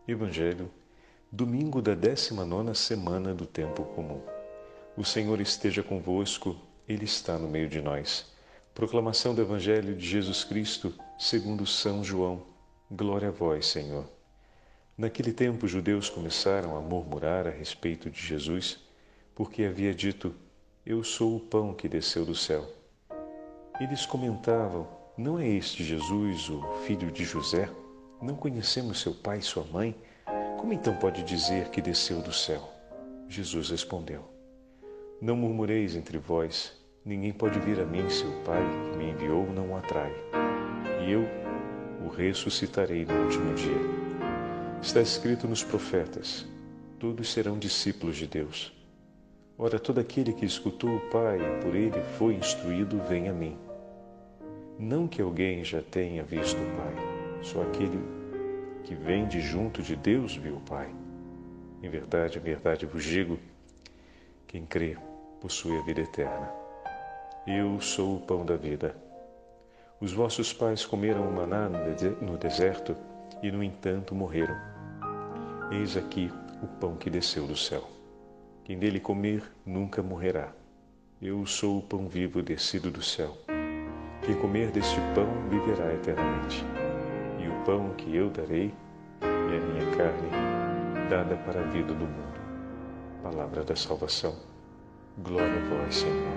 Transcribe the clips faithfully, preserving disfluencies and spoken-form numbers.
Evangelho, domingo da décima nona semana do Tempo Comum. O Senhor esteja convosco, Ele está no meio de nós. Proclamação do Evangelho de Jesus Cristo, segundo São João. Glória a vós, Senhor. Naquele tempo, os judeus começaram a murmurar a respeito de Jesus, porque havia dito: Eu sou o pão que desceu do céu. Eles comentavam: Não é este Jesus, o filho de José? Não conhecemos seu pai e sua mãe? Como então pode dizer que desceu do céu? Jesus respondeu: Não murmureis entre vós. Ninguém pode vir a mim se o Pai que me enviou não o atrai. E eu o ressuscitarei no último dia. Está escrito nos profetas: Todos serão discípulos de Deus. Ora, todo aquele que escutou o Pai e por ele foi instruído, vem a mim. Não que alguém já tenha visto o Pai, só aquele que vem de junto de Deus viu o Pai. Em verdade, em verdade vos digo, quem crê possui a vida eterna. Eu sou o pão da vida. Os vossos pais comeram o maná no deserto e, no entanto, morreram. Eis aqui o pão que desceu do céu. Quem dele comer nunca morrerá. Eu sou o pão vivo descido do céu. Quem comer deste pão viverá eternamente. E o pão que eu darei é a minha carne, dada para a vida do mundo. Palavra da salvação. Glória a vós, Senhor.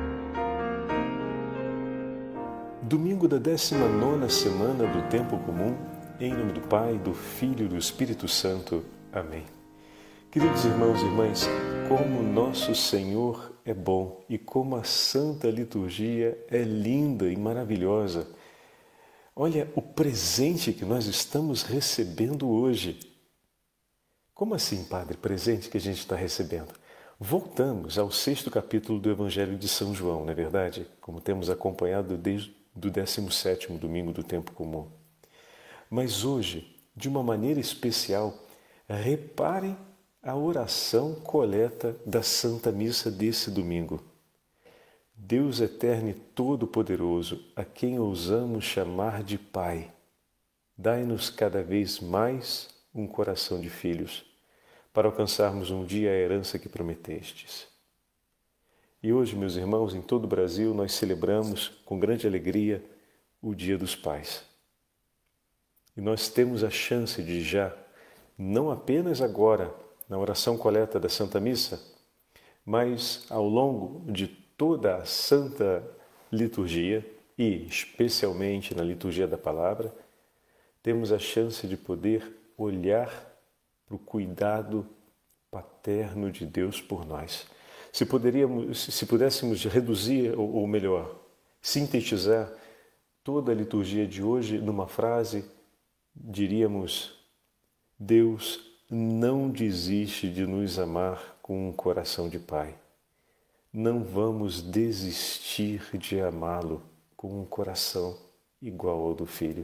Domingo da décima nona semana do Tempo Comum, em nome do Pai, do Filho e do Espírito Santo. Amém. Queridos irmãos e irmãs, como nosso Senhor é bom e como a Santa Liturgia é linda e maravilhosa. Olha o presente que nós estamos recebendo hoje. Como assim, Padre, presente que a gente está recebendo? Voltamos ao sexto capítulo do Evangelho de São João, não é verdade? Como temos acompanhado desde o décimo sétimo domingo do Tempo Comum. Mas hoje, de uma maneira especial, reparem a oração coleta da Santa Missa desse domingo. Deus eterno e todo-poderoso, a quem ousamos chamar de Pai, dai-nos cada vez mais um coração de filhos, para alcançarmos um dia a herança que prometestes. E hoje, meus irmãos, em todo o Brasil, nós celebramos com grande alegria o Dia dos Pais. E nós temos a chance de já, não apenas agora, na oração coleta da Santa Missa, mas ao longo de toda a Santa Liturgia, e especialmente na Liturgia da Palavra, temos a chance de poder olhar para o cuidado paterno de Deus por nós. Se, poderíamos, se pudéssemos reduzir, ou melhor, sintetizar toda a liturgia de hoje numa frase, diríamos: Deus não desiste de nos amar com um coração de pai. Não vamos desistir de amá-lo com um coração igual ao do filho.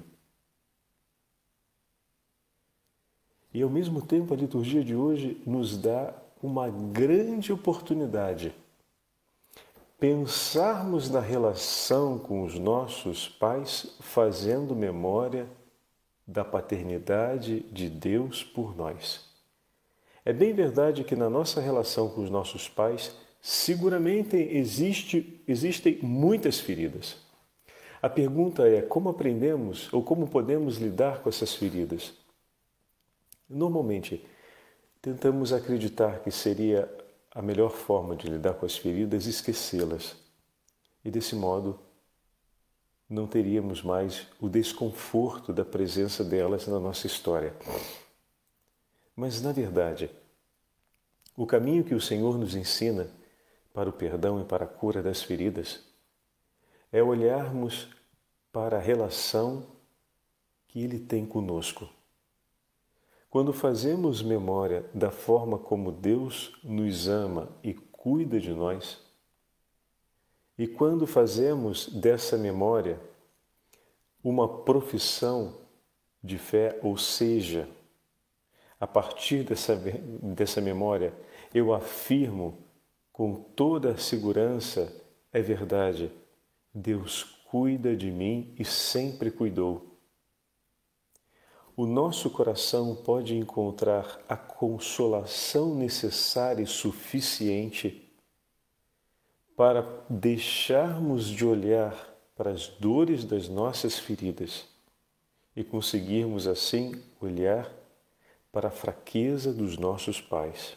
E ao mesmo tempo a liturgia de hoje nos dá uma grande oportunidade. Pensarmos na relação com os nossos pais fazendo memória da paternidade de Deus por nós. É bem verdade que na nossa relação com os nossos pais, seguramente existe, existem muitas feridas. A pergunta é como aprendemos ou como podemos lidar com essas feridas? Normalmente, tentamos acreditar que seria a melhor forma de lidar com as feridas esquecê-las. E desse modo, não teríamos mais o desconforto da presença delas na nossa história. Mas, na verdade, o caminho que o Senhor nos ensina para o perdão e para a cura das feridas é olharmos para a relação que Ele tem conosco. Quando fazemos memória da forma como Deus nos ama e cuida de nós, e quando fazemos dessa memória uma profissão de fé, ou seja, a partir dessa, dessa memória, eu afirmo com toda a segurança: é verdade, Deus cuida de mim e sempre cuidou. o nosso coração pode encontrar a consolação necessária e suficiente para deixarmos de olhar para as dores das nossas feridas e conseguirmos assim olhar para a fraqueza dos nossos pais.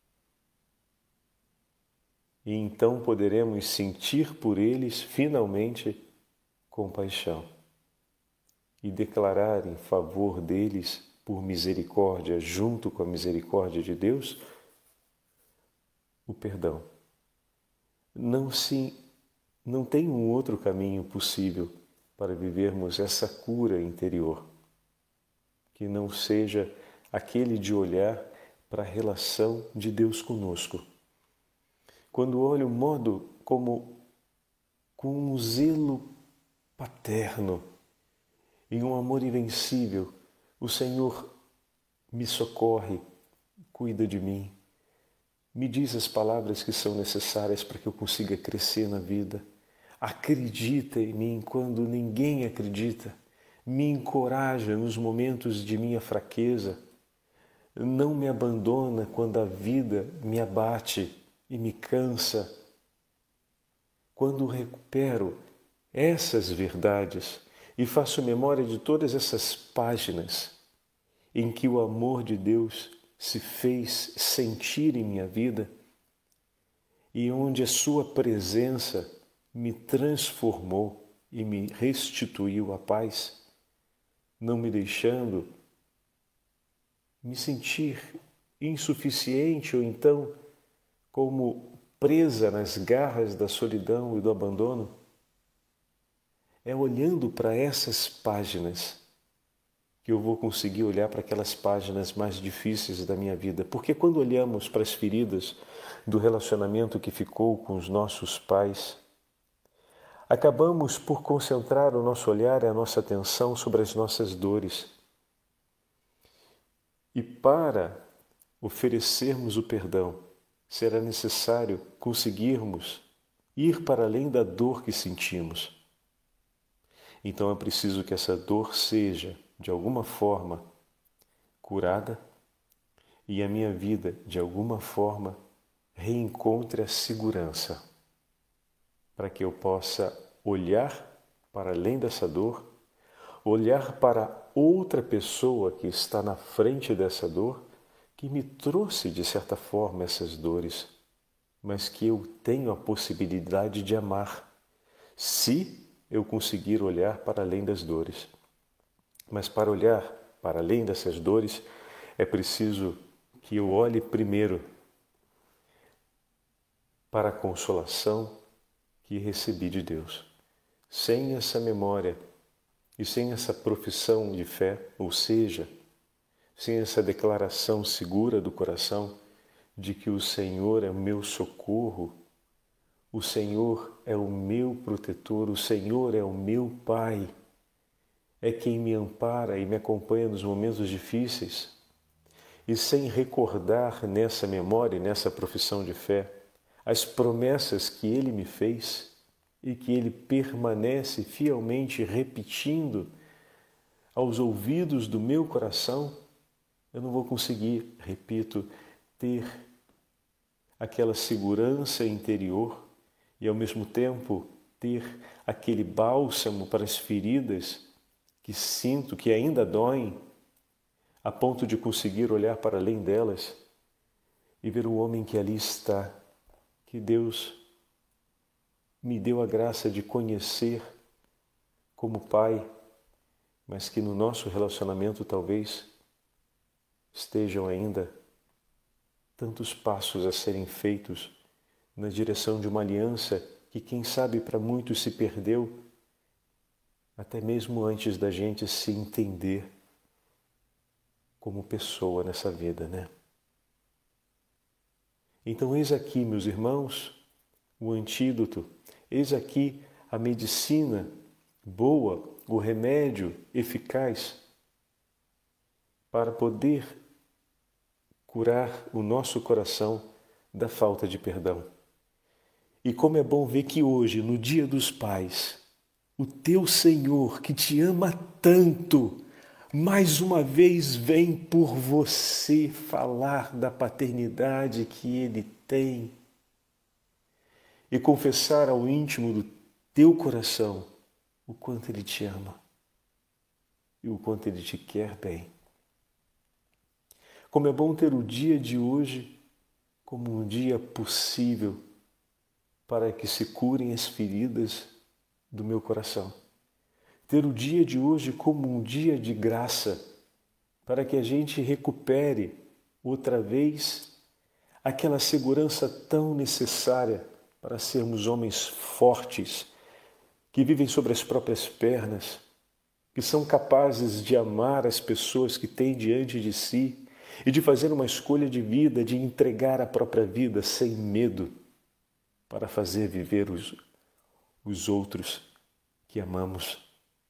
E então poderemos sentir por eles finalmente compaixão e declarar em favor deles, por misericórdia, junto com a misericórdia de Deus, o perdão. Não se, não tem um outro caminho possível para vivermos essa cura interior, que não seja aquele de olhar para a relação de Deus conosco. Quando olho o modo como, com um zelo paterno, em um amor invencível, o Senhor me socorre, cuida de mim, me diz as palavras que são necessárias para que eu consiga crescer na vida, acredita em mim quando ninguém acredita, me encoraja nos momentos de minha fraqueza, não me abandona quando a vida me abate e me cansa. Quando recupero essas verdades e faço memória de todas essas páginas em que o amor de Deus se fez sentir em minha vida e onde a sua presença me transformou e me restituiu a paz, não me deixando me sentir insuficiente ou então como presa nas garras da solidão e do abandono. É olhando para essas páginas que eu vou conseguir olhar para aquelas páginas mais difíceis da minha vida. Porque quando olhamos para as feridas do relacionamento que ficou com os nossos pais, acabamos por concentrar o nosso olhar e a nossa atenção sobre as nossas dores. E para oferecermos o perdão, será necessário conseguirmos ir para além da dor que sentimos. Então é preciso que essa dor seja, de alguma forma, curada e a minha vida, de alguma forma, reencontre a segurança para que eu possa olhar para além dessa dor, olhar para outra pessoa que está na frente dessa dor, que me trouxe, de certa forma, essas dores, mas que eu tenho a possibilidade de amar, se eu conseguir olhar para além das dores. Mas para olhar para além dessas dores, é preciso que eu olhe primeiro para a consolação que recebi de Deus. Sem essa memória e sem essa profissão de fé, ou seja, sem essa declaração segura do coração de que o Senhor é o meu socorro, o Senhor é o meu protetor, o Senhor é o meu Pai, é quem me ampara e me acompanha nos momentos difíceis. E sem recordar nessa memória, nessa profissão de fé, as promessas que Ele me fez e que Ele permanece fielmente repetindo aos ouvidos do meu coração, eu não vou conseguir, repito, ter aquela segurança interior e, ao mesmo tempo, ter aquele bálsamo para as feridas que sinto, que ainda doem, a ponto de conseguir olhar para além delas e ver o homem que ali está, que Deus me deu a graça de conhecer como Pai, mas que no nosso relacionamento talvez estejam ainda tantos passos a serem feitos na direção de uma aliança que, quem sabe, para muitos se perdeu até mesmo antes da gente se entender como pessoa nessa vida, né? Então, eis aqui, meus irmãos, o antídoto, eis aqui a medicina boa, o remédio eficaz para poder curar o nosso coração da falta de perdão. E como é bom ver que hoje, no Dia dos Pais, o teu Senhor, que te ama tanto, mais uma vez vem por você falar da paternidade que Ele tem e confessar ao íntimo do teu coração o quanto Ele te ama e o quanto Ele te quer bem. Como é bom ter o dia de hoje como um dia possível para que se curem as feridas do meu coração. Ter o dia de hoje como um dia de graça para que a gente recupere outra vez aquela segurança tão necessária para sermos homens fortes, que vivem sobre as próprias pernas, que são capazes de amar as pessoas que têm diante de si e de fazer uma escolha de vida, de entregar a própria vida sem medo para fazer viver os, os outros que amamos.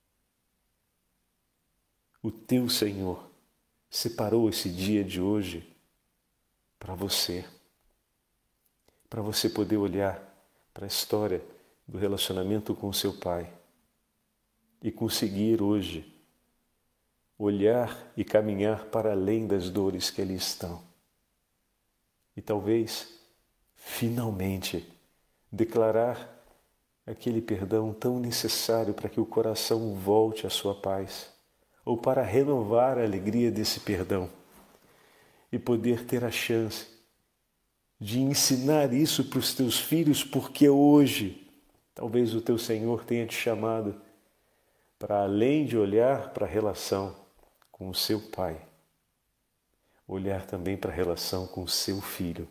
O teu Senhor separou esse dia de hoje para você, para você poder olhar para a história do relacionamento com o seu Pai e conseguir hoje olhar e caminhar para além das dores que ali estão. E talvez, finalmente, declarar aquele perdão tão necessário para que o coração volte à sua paz, ou para renovar a alegria desse perdão e poder ter a chance de ensinar isso para os teus filhos, porque hoje talvez o teu Senhor tenha te chamado para, além de olhar para a relação com o seu pai, olhar também para a relação com o seu filho,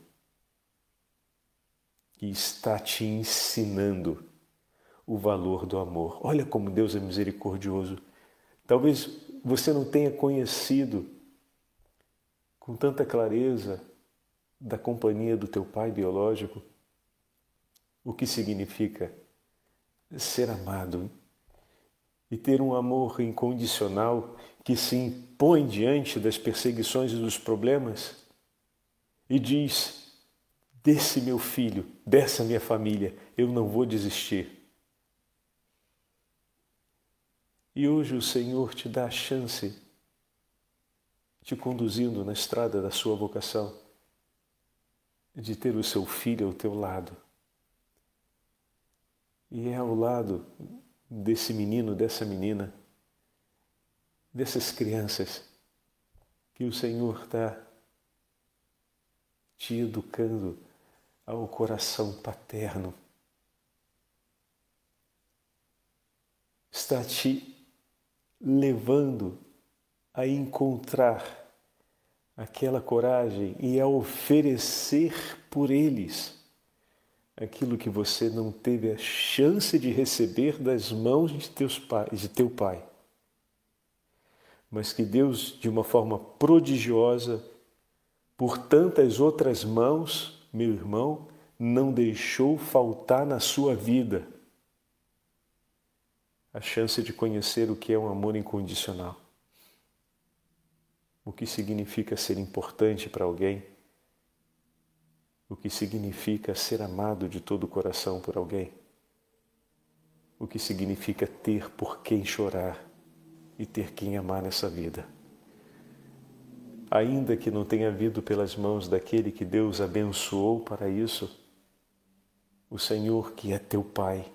que está te ensinando o valor do amor. Olha como Deus é misericordioso. Talvez você não tenha conhecido com tanta clareza da companhia do teu pai biológico o que significa ser amado e ter um amor incondicional que se impõe diante das perseguições e dos problemas e diz: desse meu filho, dessa minha família, eu não vou desistir. E hoje o Senhor te dá a chance, te conduzindo na estrada da sua vocação, de ter o seu filho ao teu lado. E é ao lado desse menino, dessa menina, dessas crianças, que o Senhor está te educando ao coração paterno. Está te levando a encontrar aquela coragem e a oferecer por eles aquilo que você não teve a chance de receber das mãos de, teus pais, de teu pai, mas que Deus, de uma forma prodigiosa, por tantas outras mãos, meu irmão, não deixou faltar na sua vida a chance de conhecer o que é um amor incondicional. O que significa ser importante para alguém, o que significa ser amado de todo o coração por alguém, o que significa ter por quem chorar e ter quem amar nessa vida. Ainda que não tenha vindo pelas mãos daquele que Deus abençoou para isso, o Senhor, que é teu Pai,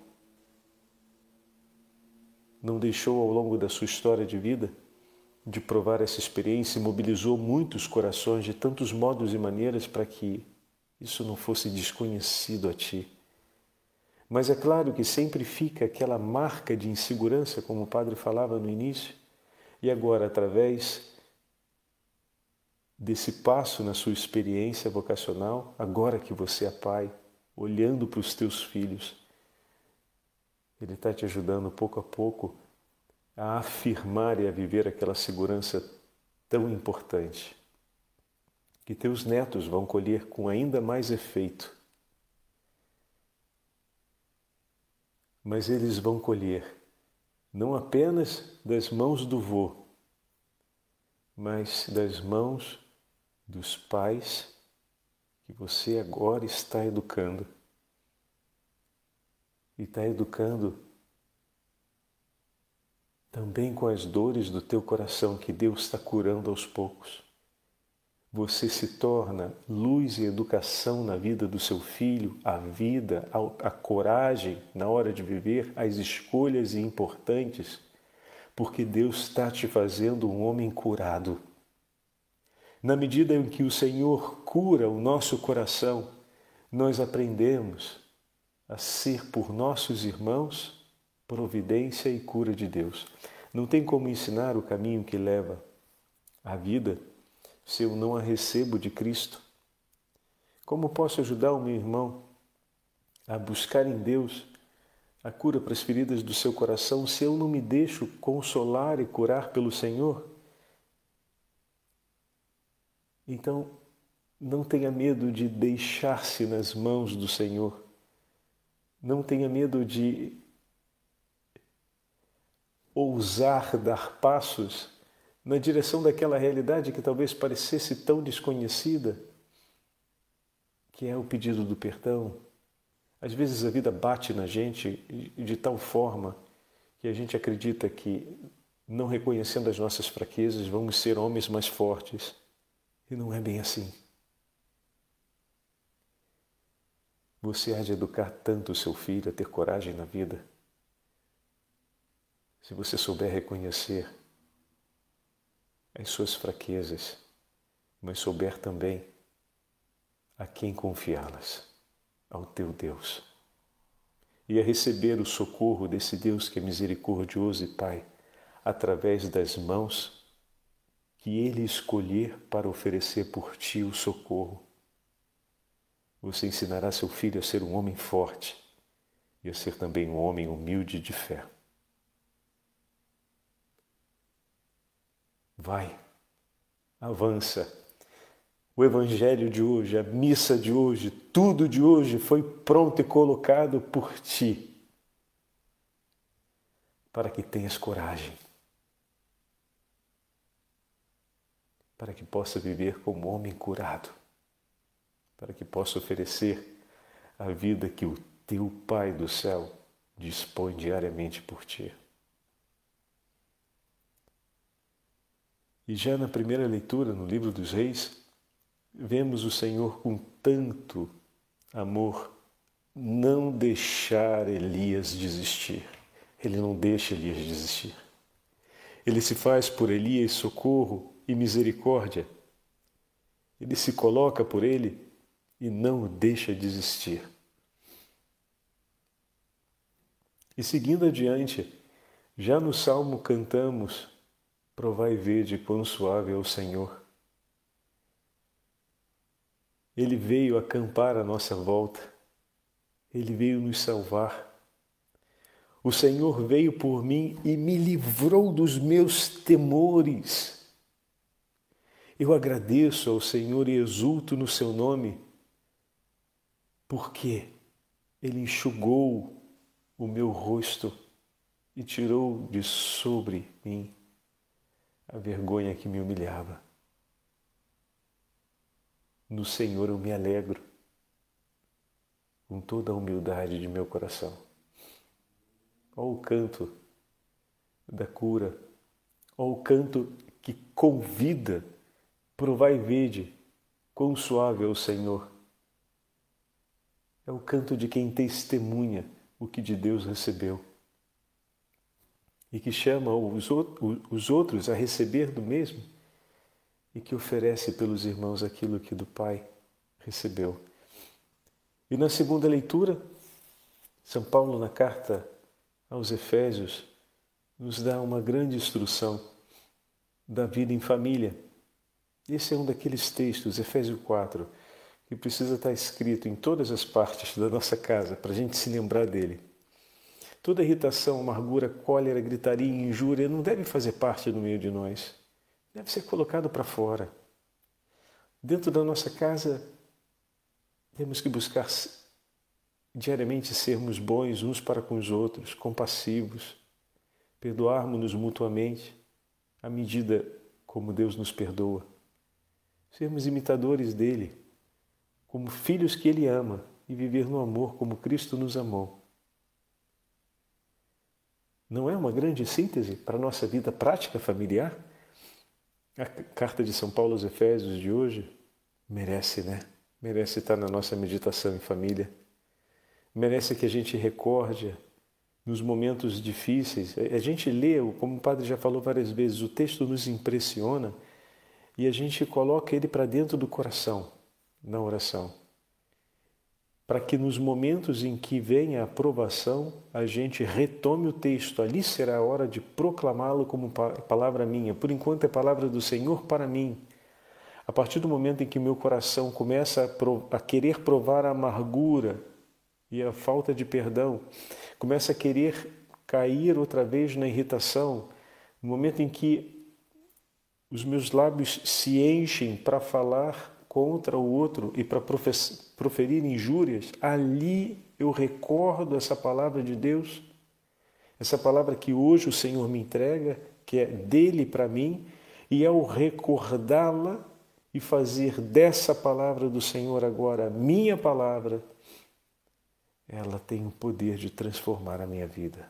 não deixou ao longo da sua história de vida de provar essa experiência e mobilizou muitos corações de tantos modos e maneiras para que isso não fosse desconhecido a ti. Mas é claro que sempre fica aquela marca de insegurança, como o padre falava no início, e agora, através desse passo na sua experiência vocacional, agora que você é pai, olhando para os teus filhos, Ele está te ajudando pouco a pouco a afirmar e a viver aquela segurança tão importante, que teus netos vão colher com ainda mais efeito. Mas eles vão colher não apenas das mãos do vô, mas das mãos dos pais que você agora está educando. E está educando também com as dores do teu coração que Deus está curando aos poucos. Você se torna luz e educação na vida do seu filho, a vida, a, a coragem na hora de viver, as escolhas importantes, porque Deus está te fazendo um homem curado. Na medida em que o Senhor cura o nosso coração, nós aprendemos a ser por nossos irmãos providência e cura de Deus. Não tem como ensinar o caminho que leva à vida se eu não a recebo de Cristo. Como posso ajudar o meu irmão a buscar em Deus a cura para as feridas do seu coração se eu não me deixo consolar e curar pelo Senhor? Então, não tenha medo de deixar-se nas mãos do Senhor. Não tenha medo de ousar dar passos na direção daquela realidade que talvez parecesse tão desconhecida, que é o pedido do perdão. Às vezes a vida bate na gente de tal forma que a gente acredita que, não reconhecendo as nossas fraquezas, vamos ser homens mais fortes. E não é bem assim. Você há de educar tanto o seu filho a ter coragem na vida, se você souber reconhecer as suas fraquezas, mas souber também a quem confiá-las, ao teu Deus. E a receber o socorro desse Deus que é misericordioso e Pai, através das mãos que Ele escolher para oferecer por ti o socorro. Você ensinará seu filho a ser um homem forte e a ser também um homem humilde de fé. Vai, avança. O Evangelho de hoje, a missa de hoje, tudo de hoje foi pronto e colocado por ti, para que tenhas coragem, para que possa viver como homem curado, para que possa oferecer a vida que o teu Pai do céu dispõe diariamente por ti. E já na primeira leitura, no livro dos Reis, vemos o Senhor com tanto amor não deixar Elias desistir. Ele não deixa Elias desistir. Ele se faz por Elias socorro e misericórdia. Ele se coloca por ele e não o deixa desistir. E seguindo adiante, já no Salmo cantamos: provai e vede quão suave é o Senhor. Ele veio acampar à nossa volta. Ele veio nos salvar. O Senhor veio por mim e me livrou dos meus temores. Eu agradeço ao Senhor e exulto no seu nome, porque Ele enxugou o meu rosto e tirou de sobre mim a vergonha que me humilhava. No Senhor eu me alegro, com toda a humildade de meu coração. Ó o canto da cura, ó o canto que convida, provai e vede quão suave é o Senhor. É o canto de quem testemunha o que de Deus recebeu e que chama os outros a receber do mesmo e que oferece pelos irmãos aquilo que do Pai recebeu. E na segunda leitura, São Paulo, na carta aos Efésios, nos dá uma grande instrução da vida em família. Esse é um daqueles textos, Efésios quatro, que precisa estar escrito em todas as partes da nossa casa, para a gente se lembrar dele. Toda irritação, amargura, cólera, gritaria e injúria não deve fazer parte do meio de nós. Deve ser colocado para fora. Dentro da nossa casa, temos que buscar diariamente sermos bons uns para com os outros, compassivos, perdoarmos-nos mutuamente, à medida como Deus nos perdoa. Sermos imitadores dele, como filhos que ele ama, e viver no amor como Cristo nos amou. Não é uma grande síntese para a nossa vida prática familiar? A carta de São Paulo aos Efésios de hoje merece, né? Merece estar na nossa meditação em família. Merece que a gente recorde nos momentos difíceis. A gente lê, como o padre já falou várias vezes, o texto nos impressiona e a gente coloca ele para dentro do coração, na oração. Para que nos momentos em que vem a aprovação, a gente retome o texto. Ali será a hora de proclamá-lo como palavra minha. Por enquanto é palavra do Senhor para mim. A partir do momento em que meu coração começa a, prov- a querer provar a amargura e a falta de perdão, começa a querer cair outra vez na irritação, no momento em que os meus lábios se enchem para falar contra o outro e para proferir injúrias, ali eu recordo essa palavra de Deus, essa palavra que hoje o Senhor me entrega, que é dele para mim, e ao recordá-la e fazer dessa palavra do Senhor agora a minha palavra, ela tem o poder de transformar a minha vida.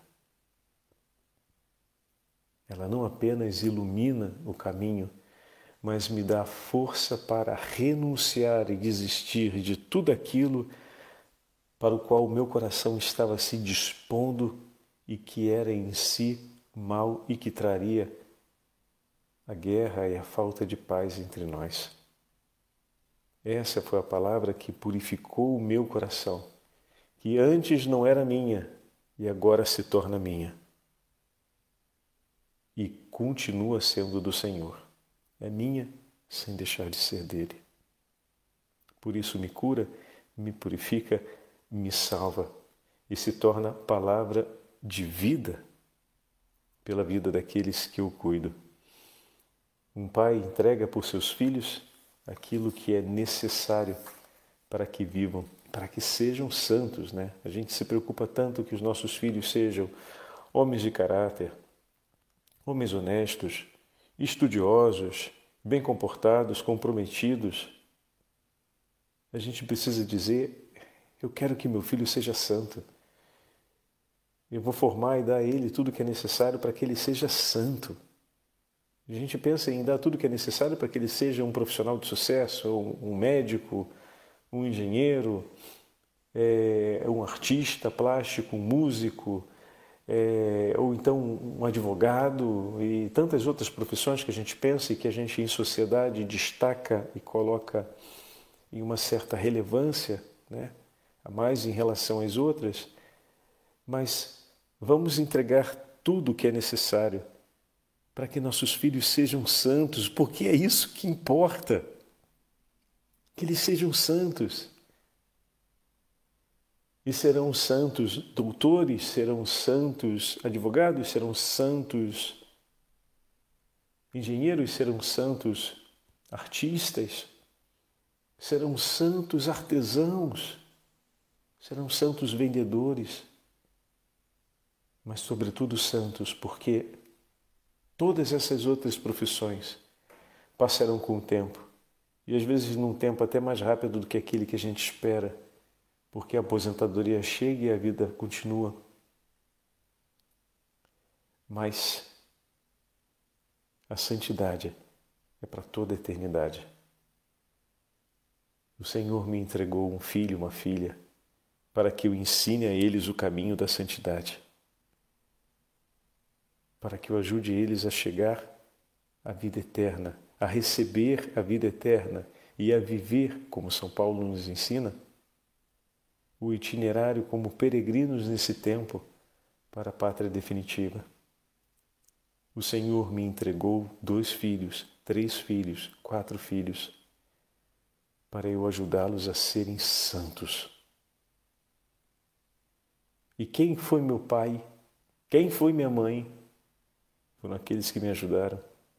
Ela não apenas ilumina o caminho, mas me dá força para renunciar e desistir de tudo aquilo para o qual o meu coração estava se dispondo e que era em si mal e que traria a guerra e a falta de paz entre nós. Essa foi a palavra que purificou o meu coração, que antes não era minha e agora se torna minha. E continua sendo do Senhor. É minha sem deixar de ser dele. Por isso me cura, me purifica, me salva e se torna palavra de vida pela vida daqueles que eu cuido. Um pai entrega por seus filhos aquilo que é necessário para que vivam, para que sejam santos, né? A gente se preocupa tanto que os nossos filhos sejam homens de caráter, homens honestos, estudiosos, bem comportados, comprometidos. A gente precisa dizer, eu quero que meu filho seja santo. Eu vou formar e dar a ele tudo que é necessário para que ele seja santo. A gente pensa em dar tudo que é necessário para que ele seja um profissional de sucesso, um médico, um engenheiro, é, um artista plástico, um músico, é, ou então um advogado e tantas outras profissões que a gente pensa e que a gente em sociedade destaca e coloca em uma certa relevância, né, a mais em relação às outras, mas vamos entregar tudo o que é necessário para que nossos filhos sejam santos, porque é isso que importa, que eles sejam santos. E serão santos doutores, serão santos advogados, serão santos engenheiros, serão santos artistas, serão santos artesãos, serão santos vendedores, mas sobretudo santos, porque todas essas outras profissões passarão com o tempo, e às vezes num tempo até mais rápido do que aquele que a gente espera, porque a aposentadoria chega e a vida continua. Mas a santidade é para toda a eternidade. O Senhor me entregou um filho, uma filha, para que eu ensine a eles o caminho da santidade, para que eu ajude eles a chegar à vida eterna, a receber a vida eterna e a viver, como São Paulo nos ensina, o itinerário como peregrinos nesse tempo para a pátria definitiva. O Senhor me entregou dois filhos, três filhos, quatro filhos, para eu ajudá-los a serem santos. E quem foi meu pai? Quem foi minha mãe? Foram aqueles que me ajudaram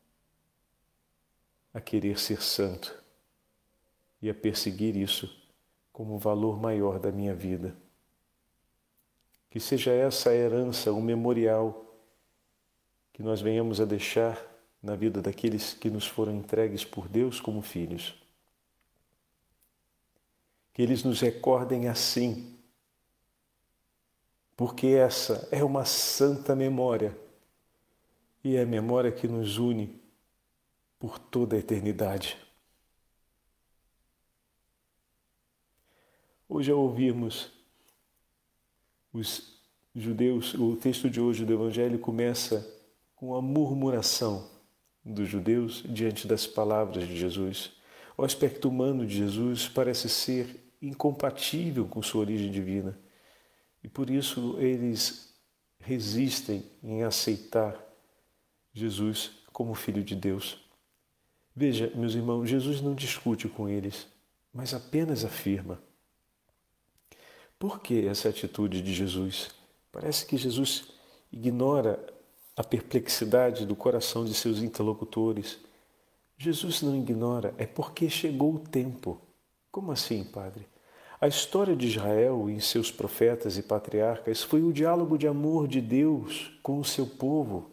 a querer ser santo e a perseguir isso como o valor maior da minha vida. Que seja essa a herança, o memorial que nós venhamos a deixar na vida daqueles que nos foram entregues por Deus como filhos. Que eles nos recordem assim, porque essa é uma santa memória e é a memória que nos une por toda a eternidade. Hoje, ao ouvirmos os judeus, o texto de hoje do Evangelho começa com a murmuração dos judeus diante das palavras de Jesus. O aspecto humano de Jesus parece ser incompatível com sua origem divina e por isso eles resistem em aceitar Jesus como Filho de Deus. Veja, meus irmãos, Jesus não discute com eles, mas apenas afirma. Por que essa atitude de Jesus? Parece que Jesus ignora a perplexidade do coração de seus interlocutores. Jesus não ignora, é porque chegou o tempo. Como assim, Padre? A história de Israel e seus profetas e patriarcas foi o diálogo de amor de Deus com o seu povo.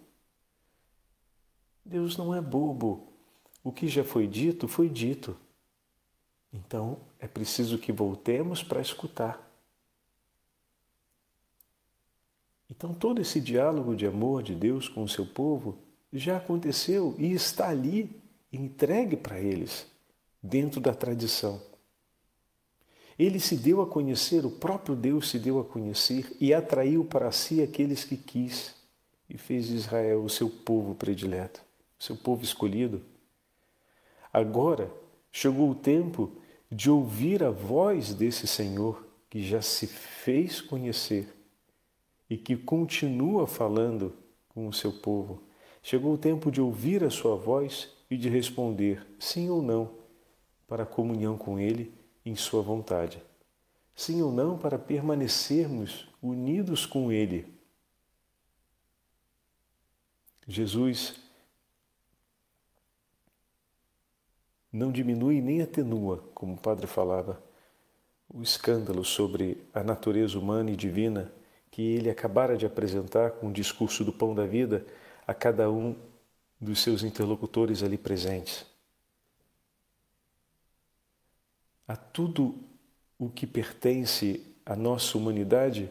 Deus não é bobo. O que já foi dito, foi dito. Então, é preciso que voltemos para escutar. Então, todo esse diálogo de amor de Deus com o seu povo já aconteceu e está ali, entregue para eles, dentro da tradição. Ele se deu a conhecer, o próprio Deus se deu a conhecer e atraiu para si aqueles que quis e fez de Israel o seu povo predileto, o seu povo escolhido. Agora chegou o tempo de ouvir a voz desse Senhor que já se fez conhecer e que continua falando com o seu povo. Chegou o tempo de ouvir a sua voz e de responder sim ou não para a comunhão com Ele em sua vontade. Sim ou não para permanecermos unidos com Ele. Jesus não diminui nem atenua, como o padre falava, o escândalo sobre a natureza humana e divina que ele acabara de apresentar com o discurso do pão da vida a cada um dos seus interlocutores ali presentes. A tudo o que pertence à nossa humanidade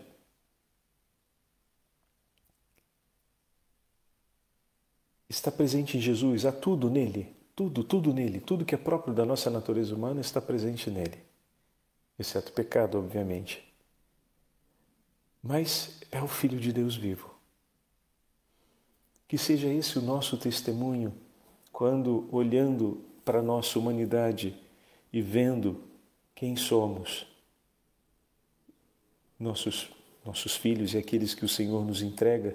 está presente em Jesus, há tudo nele. Tudo, tudo nele, tudo que é próprio da nossa natureza humana está presente nele, exceto o pecado, obviamente. Mas é o Filho de Deus vivo. Que seja esse o nosso testemunho quando, olhando para a nossa humanidade e vendo quem somos, nossos, nossos filhos e aqueles que o Senhor nos entrega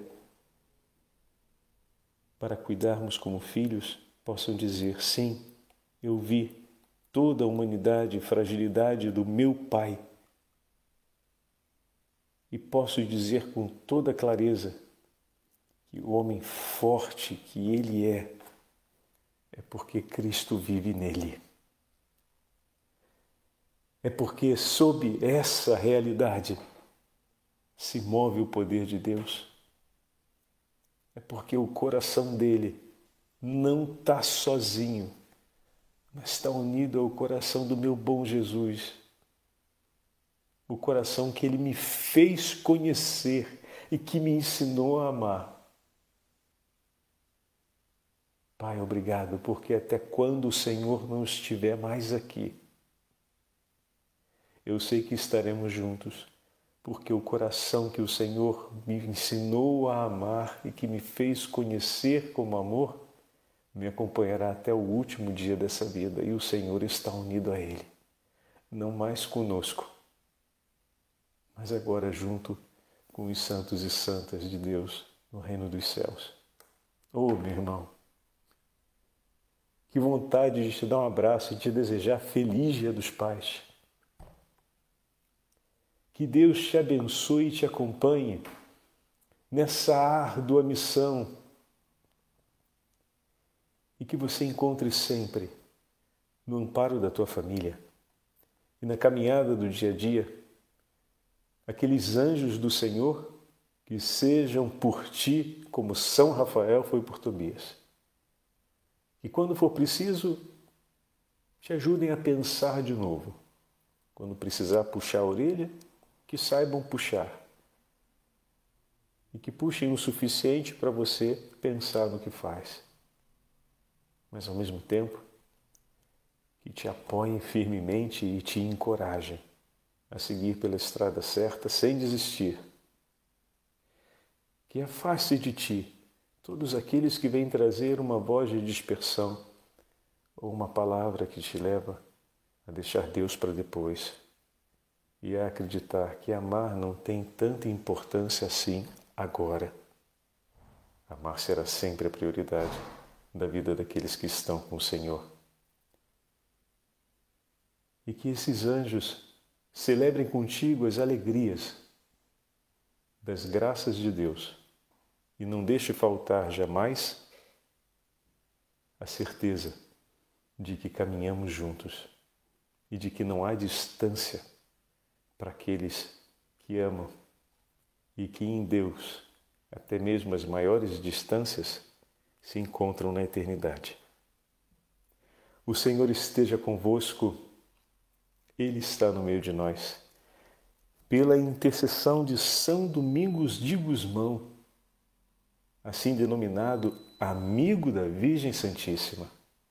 para cuidarmos como filhos, possam dizer, sim, eu vi toda a humanidade e fragilidade do meu Pai. E posso dizer com toda clareza que o homem forte que ele é, é porque Cristo vive nele. É porque sob essa realidade se move o poder de Deus. É porque o coração dele não está sozinho, mas está unido ao coração do meu bom Jesus. O coração que ele me fez conhecer e que me ensinou a amar. Pai, obrigado, porque até quando o Senhor não estiver mais aqui, eu sei que estaremos juntos, porque o coração que o Senhor me ensinou a amar e que me fez conhecer como amor, me acompanhará até o último dia dessa vida e o Senhor está unido a Ele, não mais conosco, mas agora junto com os santos e santas de Deus no reino dos céus. Oh, meu irmão, que vontade de te dar um abraço e te desejar feliz Dia dos Pais. Que Deus te abençoe e te acompanhe nessa árdua missão e que você encontre sempre no amparo da tua família e na caminhada do dia a dia aqueles anjos do Senhor que sejam por ti como São Rafael foi por Tobias. E quando for preciso, te ajudem a pensar de novo. Quando precisar puxar a orelha, que saibam puxar. e que puxem o suficiente para você pensar no que faz, mas ao mesmo tempo que te apoiem firmemente e te encorajem a seguir pela estrada certa sem desistir. Que afaste de ti todos aqueles que vêm trazer uma voz de dispersão ou uma palavra que te leva a deixar Deus para depois e a acreditar que amar não tem tanta importância assim agora. Amar será sempre a prioridade da vida daqueles que estão com o Senhor. E que esses anjos celebrem contigo as alegrias das graças de Deus e não deixe faltar jamais a certeza de que caminhamos juntos e de que não há distância para aqueles que amam e que em Deus, até mesmo as maiores distâncias, se encontram na eternidade. O Senhor esteja convosco, Ele está no meio de nós. Pela intercessão de São Domingos de Gusmão, assim denominado amigo da Virgem Santíssima,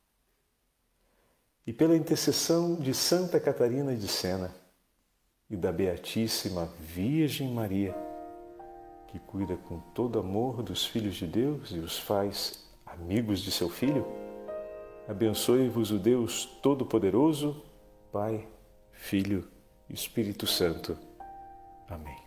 e pela intercessão de Santa Catarina de Sena e da Beatíssima Virgem Maria, que cuida com todo amor dos filhos de Deus e os faz amigos de seu Filho, abençoe-vos o Deus Todo-Poderoso, Pai, Filho e Espírito Santo. Amém.